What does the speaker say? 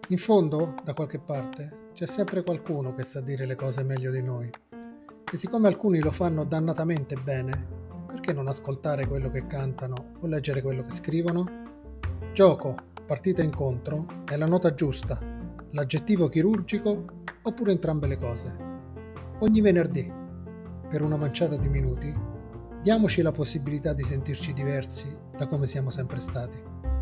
In fondo, da qualche parte, c'è sempre qualcuno che sa dire le cose meglio di noi. E siccome alcuni lo fanno dannatamente bene, perché non ascoltare quello che cantano o leggere quello che scrivono? Gioco, partita incontro è la nota giusta, l'aggettivo chirurgico oppure entrambe le cose. Ogni venerdì, per una manciata di minuti, diamoci la possibilità di sentirci diversi da come siamo sempre stati.